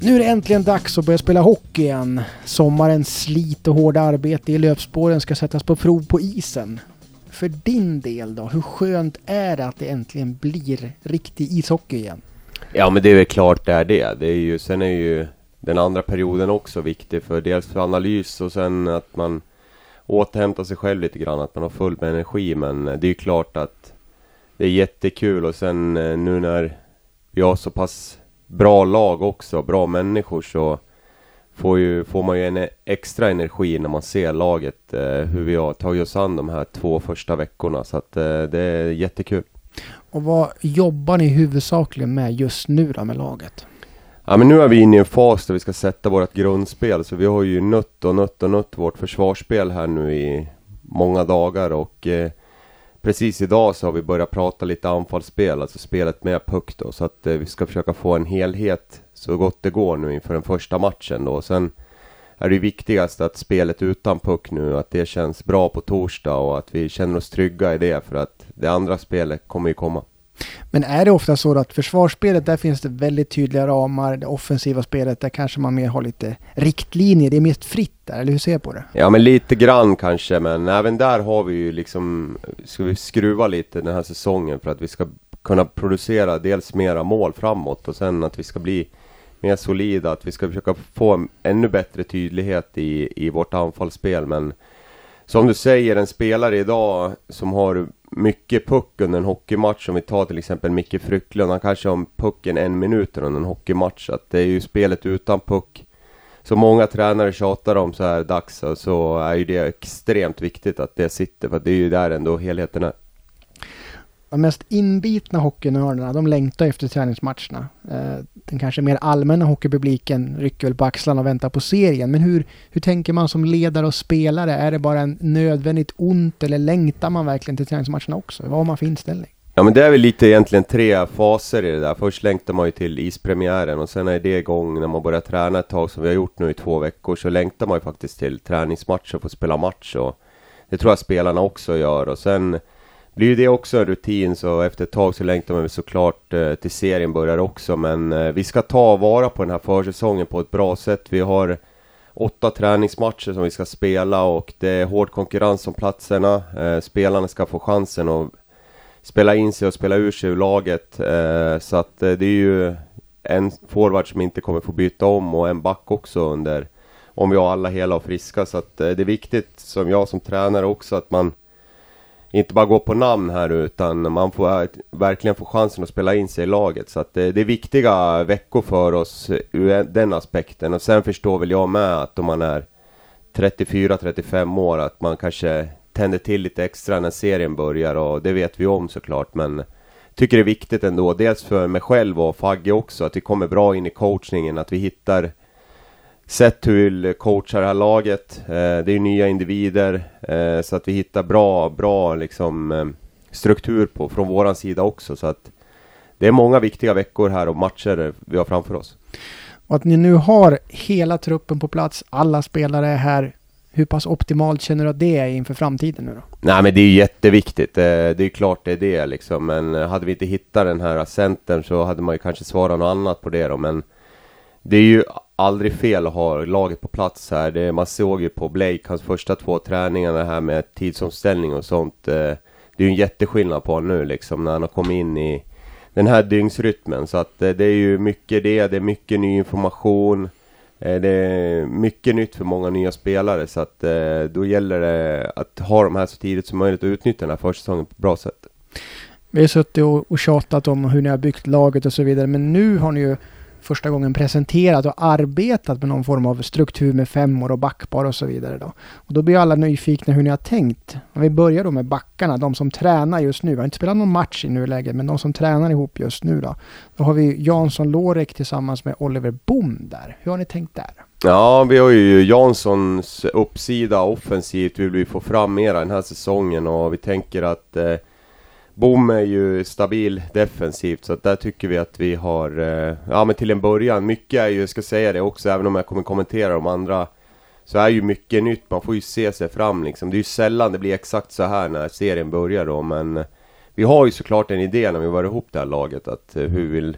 Nu är det äntligen dags att börja spela hockey igen. Sommarens slit och hårda arbete i löpspåren ska sättas på prov på isen. För din del då, hur skönt är det att det äntligen blir riktig ishockey igen? Ja, men det är väl klart det är det. Sen är ju den andra perioden också viktig för dels för analys och sen att man återhämtar sig själv lite grann, att man har full med energi. Men det är ju klart att det är jättekul och sen nu när vi har så pass bra lag också, bra människor, så får man ju en extra energi när man ser laget, hur vi har tagit oss an de här 2 första veckorna, så att det är jättekul. Och vad jobbar ni huvudsakligen med just nu då med laget? Ja, men nu är vi inne i en fas där vi ska sätta vårt grundspel, så vi har ju nött vårt försvarsspel här nu i många dagar och precis idag så har vi börjat prata lite anfallsspel, alltså spelet med puck då, så att vi ska försöka få en helhet så gott det går nu inför den första matchen då. Sen är det viktigast att spelet utan puck nu, att det känns bra på torsdag och att vi känner oss trygga i det, för att det andra spelet kommer ju komma. Men är det ofta så att försvarsspelet, där finns det väldigt tydliga ramar, det offensiva spelet, där kanske man mer har lite riktlinjer, det är mer fritt där, eller hur ser du på det? Ja, men lite grann kanske, men även där har vi ju liksom, ska vi skruva lite den här säsongen för att vi ska kunna producera dels mera mål framåt och sen att vi ska bli mer solida, att vi ska försöka få en ännu bättre tydlighet i vårt anfallsspel. Men som du säger, en spelare idag som har mycket puck under en hockeymatch, om vi tar till exempel Micke Frycklund, han kanske har pucken 1 minut under en hockeymatch, att det är ju spelet utan puck så många tränare tjatar om så här dags, och så är ju det extremt viktigt att det sitter, för det är ju där ändå helheten är. De mest inbitna hockeynördarna, de längtar efter träningsmatcherna. Den kanske mer allmänna hockeypubliken rycker väl på axlarna och väntar på serien. Men hur tänker man som ledare och spelare? Är det bara en nödvändigt ont, eller längtar man verkligen till träningsmatcherna också? Vad har man för inställning? Ja, men det är väl lite egentligen 3 faser i det där. Först längtar man ju till ispremiären och sen är det igång när man börjar träna ett tag, som vi har gjort nu i 2 veckor, så längtar man ju faktiskt till träningsmatcher och få spela match, och det tror jag spelarna också gör. Och sen blir det också en rutin, så efter ett tag så längtar man såklart till serien börjar också. Men vi ska ta vara på den här försäsongen på ett bra sätt. Vi har 8 träningsmatcher som vi ska spela och det är hård konkurrens om platserna. Spelarna ska få chansen att spela in sig och spela ur sig ur laget. Så att det är ju en forward som inte kommer få byta om och en back också under, om vi har alla hela och friska. Så att det är viktigt, som jag som tränare också, att man inte bara gå på namn här, utan man får verkligen få chansen att spela in sig i laget. Så att det är viktiga veckor för oss ur den aspekten. Och sen förstår väl jag med att om man är 34-35 år, att man kanske tänder till lite extra när serien börjar, och det vet vi om såklart. Men tycker det är viktigt ändå, dels för mig själv och Fagge också, att vi kommer bra in i coachningen, att vi hittar sätt hur vi coachar det här laget. Det är ju nya individer, så att vi hittar bra liksom, struktur från våran sida också. Så att det är många viktiga veckor här och matcher vi har framför oss. Och att ni nu har hela truppen på plats, alla spelare är här. Hur pass optimalt känner du att det är inför framtiden nu då? Nej, men det är ju jätteviktigt. Det är ju klart det är det liksom. Men hade vi inte hittat den här centern så hade man ju kanske svarat något annat på det då. Men det är ju aldrig fel att ha laget på plats här. Man såg ju på Blake, hans första 2 träningarna här med tidsomställning och sånt. Det är ju en jätteskillnad på nu liksom, när han har kommit in i den här dygnsrytmen. Så att det är ju mycket det är mycket ny information. Det är mycket nytt för många nya spelare, så att då gäller det att ha de här så tidigt som möjligt och utnyttja den här försäsongen på ett bra sätt. Vi har suttit och tjatat om hur ni har byggt laget och så vidare, men nu har ni ju första gången presenterat och arbetat med någon form av struktur med 5 och backpar och så vidare då. Och då blir alla nyfikna hur ni har tänkt. Och vi börjar då med backarna, de som tränar just nu. Vi har inte spelat någon match i nuläget, men de som tränar ihop just nu då. Då har vi Jansson Lorek tillsammans med Oliver Boom där. Hur har ni tänkt där? Ja, vi har ju Janssons uppsida offensivt vill vi få fram mera den här säsongen, och vi tänker att Boom är ju stabil defensivt, så att där tycker vi att vi har, ja men till en början, mycket är ju, jag ska säga det också, även om jag kommer kommentera de andra, så är ju mycket nytt, man får ju se sig fram liksom. Det är ju sällan det blir exakt så här när serien börjar då, men vi har ju såklart en idé när vi var ihop det här laget, att hur vi vill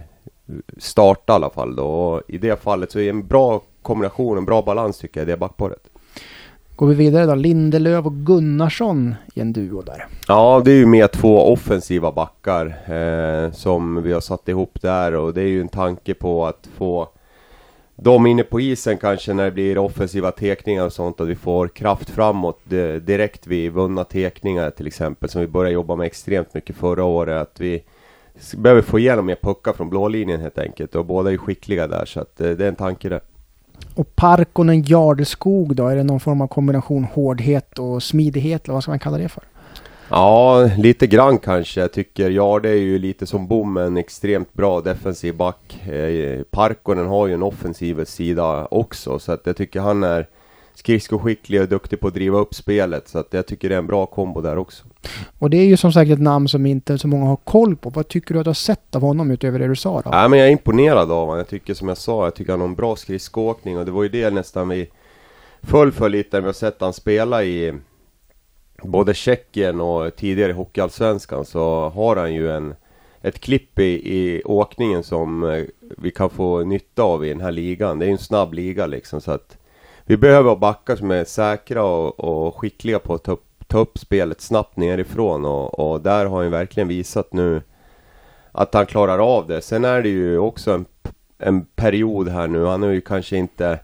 starta i alla fall då. Och i det fallet så är det en bra kombination, en bra balans tycker jag, det backparet. Går vi vidare då, Lindelöf och Gunnarsson i en duo där. Ja, det är ju med 2 offensiva backar som vi har satt ihop där, och det är ju en tanke på att få de inne på isen kanske när det blir offensiva tekningar och sånt, att vi får kraft framåt direkt vid vunna tekningar till exempel, som vi började jobba med extremt mycket förra året, att vi behöver få igenom mer puckar från blålinjen helt enkelt, och båda är skickliga där, så att det är en tanke där. Och Parkkonen Jardeskog då, är det någon form av kombination hårdhet och smidighet, eller vad ska man kalla det för? Ja, lite grann kanske. Jag tycker Jarde är ju lite som Bom, en extremt bra defensiv back. Parkkonen har ju en offensiv sida också, så att jag tycker han är skridskoskicklig och duktig på att driva upp spelet, så att jag tycker det är en bra kombo där också. Och det är ju som sagt ett namn som inte så många har koll på. Vad tycker du att du har sett av honom utöver det du sa då? Ja, men jag är imponerad av honom. Jag tycker som jag sa, jag tycker han har en bra skridskoåkning, och det var ju det nästan vi föll för lite när vi har sett han spela i både Tjeckien och tidigare i Hockeyallsvenskan, så har han ju ett klipp i åkningen som vi kan få nytta av i den här ligan. Det är ju en snabb liga liksom, så att vi behöver backar som är säkra och skickliga på att ta upp spelet snabbt nerifrån, och där har han verkligen visat nu att han klarar av det. Sen är det ju också en period här nu, han har ju kanske inte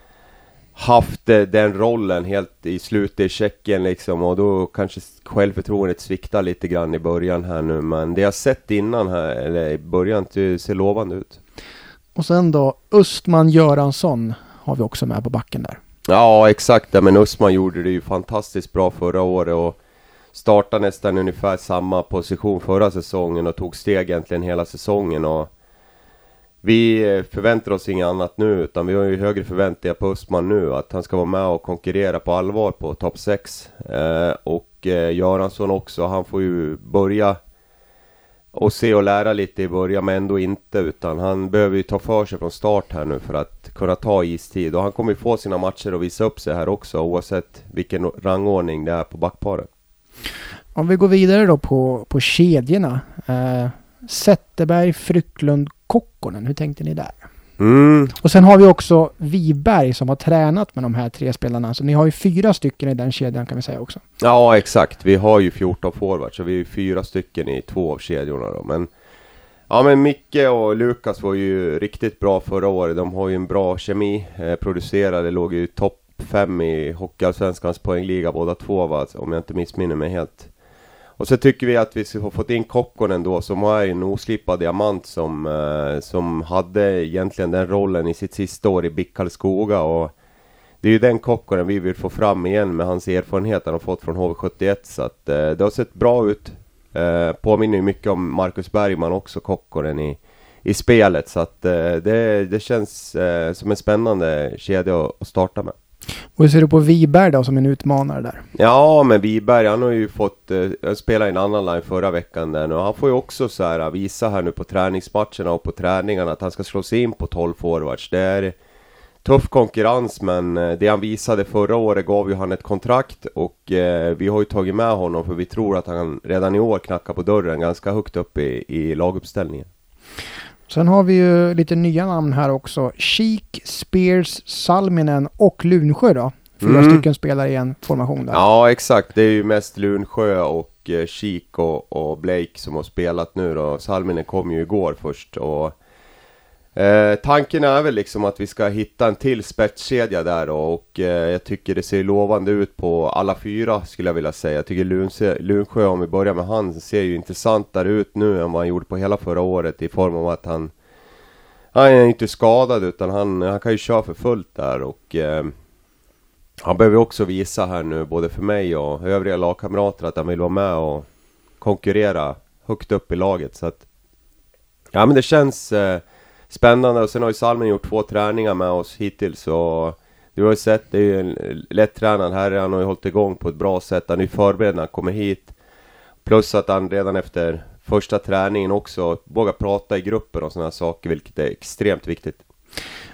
haft den rollen helt i slutet i Tjeckien liksom, och då kanske självförtroendet sviktar lite grann i början här nu, men det jag sett innan här, eller i början, ser lovande ut. Och sen då Östman Göransson har vi också med på backen där. Ja, exakt, men Östman gjorde det ju fantastiskt bra förra året och startade nästan ungefär samma position förra säsongen och tog steg egentligen hela säsongen, och vi förväntar oss inget annat nu, utan vi har ju högre förväntningar på Östman nu, att han ska vara med och konkurrera på allvar på topp 6. Och Göransson också, han får ju börja och se och lära lite i början, men ändå inte, utan han behöver ju ta för sig från start här nu för att kunna ta istid, och han kommer ju få sina matcher och visa upp sig här också, oavsett vilken rangordning det är på backparet. Om vi går vidare då på kedjorna. Zetterberg, Frycklund, Kokkonen. Hur tänkte ni där? Och sen har vi också Wiberg som har tränat med de här 3 spelarna. Så ni har ju 4 stycken i den kedjan kan vi säga också. Ja, exakt. Vi har ju 14 forwards, så vi är ju 4 stycken i 2 av kedjorna då. Men Micke och Lukas var ju riktigt bra förra året. De har ju en bra kemi. Producerade, låg ju topp 5 i Hockeyallsvenskans poängliga båda två, va? Om jag inte missminner mig helt. Och så tycker vi att vi har fått in Kokkonen då, som är en oslipad diamant som hade egentligen den rollen i sitt sista år i BIK Karlskoga, och det är ju den Kokkonen vi vill få fram igen med hans erfarenhet han har fått från HV71, så att det har sett bra ut. Påminner ju mycket om Marcus Bergman också, Kokkonen i spelet, så att det känns som en spännande kedja att starta med. Och hur ser du på Wiberg då som en utmanare där? Ja, men Wiberg, han har ju fått spela i en annan line förra veckan där nu. Han får ju också så här visa här nu på träningsmatcherna och på träningarna att han ska slå sig in på 12 forwards. Det är tuff konkurrens, men det han visade förra året gav ju han ett kontrakt, och vi har ju tagit med honom för vi tror att han redan i år knackar på dörren ganska högt upp i laguppställningen. Sen har vi ju lite nya namn här också. Kik, Spears, Salminen och Lunsjö då. 4 stycken spelare i en formation där. Ja, exakt. Det är ju mest Lunsjö och Kik och Blake som har spelat nu då. Salminen kom ju igår först, och tanken är väl liksom att vi ska hitta en till spetskedja där då, och jag tycker det ser lovande ut på alla 4 skulle jag vilja säga. Jag tycker Lunsjö, om vi börjar med han, ser ju intressantare ut nu än vad han gjorde på hela förra året, i form av att han är inte skadad, utan han kan ju köra för fullt där, och han behöver också visa här nu, både för mig och övriga lagkamrater, att han vill vara med och konkurrera högt upp i laget, så att ja, men det känns spännande. Och sen har ju Salmen gjort 2 träningar med oss hittills, och du har ju sett, det är ju en lättränad herre, han har ju hållit igång på ett bra sätt, han är ju förberedd när han kommer hit, plus att han redan efter första träningen också vågar prata i grupper och sådana saker, vilket är extremt viktigt.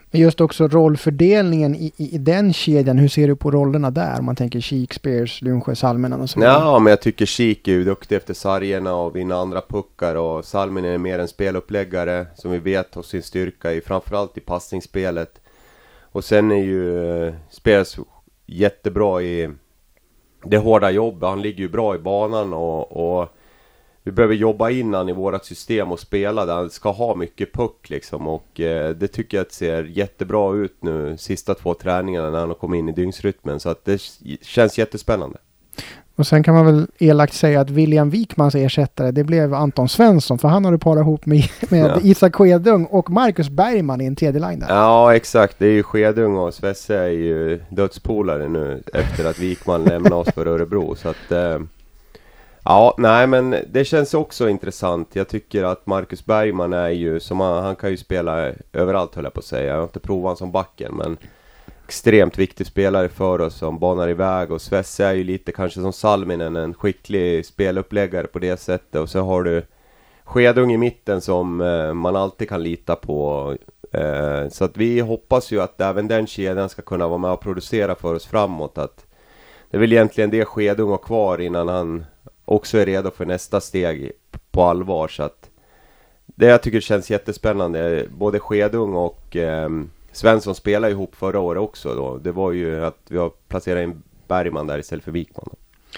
Men just också rollfördelningen i den kedjan, hur ser du på rollerna där? Om man tänker Kik, Spears, Lundsjö, Salminen och så vidare. Ja, men jag tycker Kik är ju duktig efter sargerna och vinna andra puckar, och Salminen är mer en speluppläggare som vi vet har sin styrka i framförallt i passningsspelet. Och sen är ju Spears jättebra i det hårda jobbet. Han ligger ju bra i banan och vi behöver jobba innan i vårat system och spela där. Han ska ha mycket puck liksom, och det tycker jag att ser jättebra ut nu sista 2 träningarna när han har kommit in i dygnsrytmen, så att det känns jättespännande. Och sen kan man väl elakt säga att William Wikmans ersättare, det blev Anton Svensson, för han har du parat ihop med Isak Skedung och Marcus Bergman i en tredje line där. Ja, exakt. Det är ju Skedung och Svesse är ju dödspolare nu efter att Wikman lämnar oss för Örebro, så att ja, nej, men det känns också intressant. Jag tycker att Marcus Bergman är ju, som han kan ju spela överallt, höll jag på att säga. Jag har inte provat han som backen, men extremt viktig spelare för oss som banar iväg. Och Svesse är ju lite kanske som Salminen, en skicklig speluppläggare på det sättet. Och så har du Skedung i mitten som man alltid kan lita på. Så att vi hoppas ju att även den kedjan ska kunna vara med och producera för oss framåt. Att det är väl egentligen det Skedung har kvar innan han också är redo för nästa steg på allvar. Så att det jag tycker känns jättespännande. Både Skedung och Svensson spelade ihop förra året också då. Det var ju att vi har placerat in Bergman där istället för Wikman.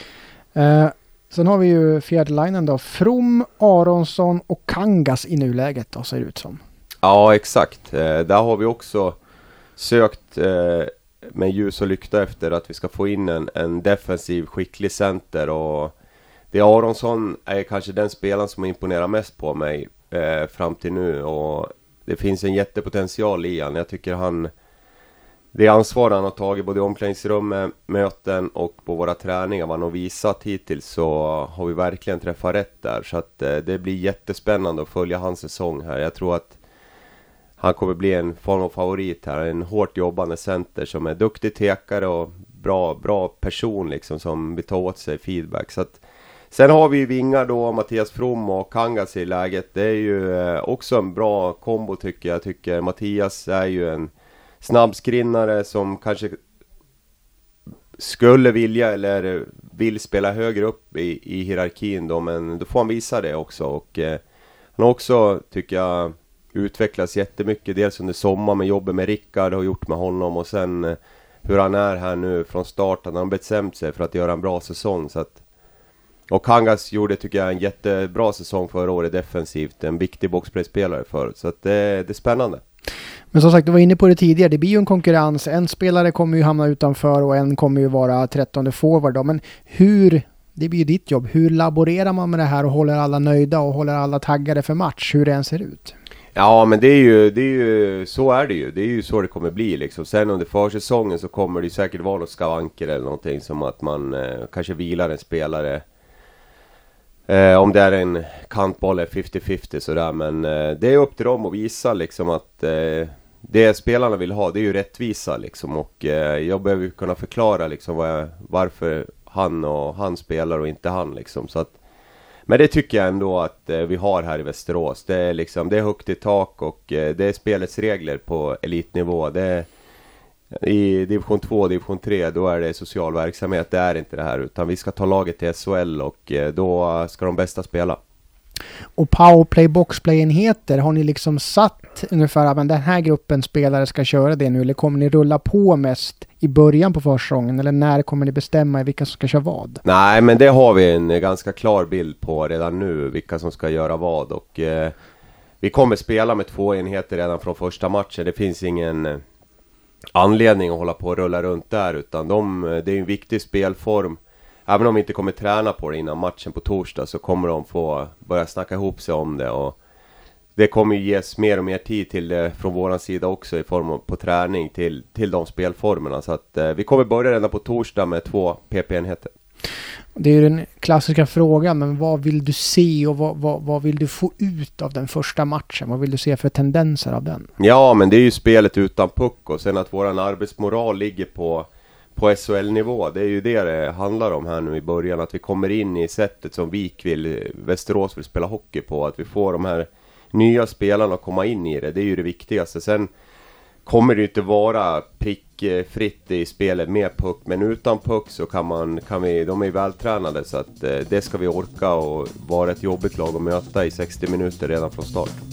Sen har vi ju fjärde linen då. From, Aronsson och Kangas i nuläget då, ser det ut som. Ja, exakt. Där har vi också sökt med ljus och lykta efter att vi ska få in en defensiv skicklig center, och det Aronsson är kanske den spelaren som imponerar mest på mig fram till nu, och det finns en jättepotential i han. Jag tycker det ansvar han har tagit både i omklädningsrummet, möten och på våra träningar, vad han har visat hittills, så har vi verkligen träffat rätt där. Så att det blir jättespännande att följa hans säsong här. Jag tror att han kommer bli en form av favorit här. En hårt jobbande center som är duktig tekare och bra person liksom, som vill ta åt sig feedback. Så att, sen har vi vingar då, Mattias From och Kangas i läget. Det är ju också en bra kombo tycker jag. Jag tycker Mattias är ju en snabbskrinnare som kanske skulle vilja eller vill spela högre upp i hierarkin då, men då får han visa det också. Och han har också, tycker jag, utvecklats jättemycket, dels under sommar med jobbet med Rickard har gjort med honom, och sen hur han är här nu från starten. Han har bestämt sig för att göra en bra säsong, så att, och Kangas gjorde, tycker jag, en jättebra säsong förra året defensivt, en viktig boxplay-spelare förut, så att det är spännande. Men som sagt, du var inne på det tidigare, det blir ju en konkurrens, en spelare kommer ju hamna utanför och en kommer ju vara 13:e forward då, men det blir ju ditt jobb, hur laborerar man med det här och håller alla nöjda och håller alla taggade för match, hur det än ser ut? Ja, men det är ju så är det ju. Det är ju så det kommer bli liksom. Sen under försäsongen så kommer det säkert vara något skavanker eller någonting, som att man kanske vilar en spelare. Om det är en kantboll är 50-50 sådär, men det är upp till dem att visa liksom att det spelarna vill ha, det är ju rättvisa liksom, och jag behöver ju kunna förklara liksom varför han spelar och inte han liksom, så att, men det tycker jag ändå att vi har här i Västerås. Det är liksom, det är högt i tak, och det är spelets regler på elitnivå. Det är, i division 2 och division 3 då är det social verksamhet, det är inte det här, utan vi ska ta laget till SHL, och då ska de bästa spela. Och powerplay, boxplay-enheter, har ni liksom satt ungefär att den här gruppen spelare ska köra det nu, eller kommer ni rulla på mest i början på försäsongen, eller när kommer ni bestämma vilka som ska köra vad? Nej, men det har vi en ganska klar bild på redan nu, vilka som ska göra vad, och vi kommer spela med 2 enheter redan från första matchen. Det finns ingen anledning att hålla på och rulla runt där, utan det är en viktig spelform. Även om vi inte kommer träna på det innan matchen på torsdag, så kommer de få börja snacka ihop sig om det, och det kommer ju ges mer och mer tid till det från våran sida också i form av på träning till de spelformerna, så att vi kommer börja redan på torsdag med 2 PP-enheter. Det är ju den klassiska frågan, men vad vill du se och vad vill du få ut av den första matchen? Vad vill du se för tendenser av den? Ja, men det är ju spelet utan puck, och sen att våran arbetsmoral ligger på SHL-nivå. Det är ju det handlar om här nu i början, att vi kommer in i sättet som Västerås vill spela hockey på, att vi får de här nya spelarna att komma in i det. Det är ju det viktigaste. Sen kommer det inte vara prickfritt i spelet med puck, men utan puck så kan vi, de är vältränade, så att det ska vi orka och vara ett jobbigt lag att möta i 60 minuter redan från start.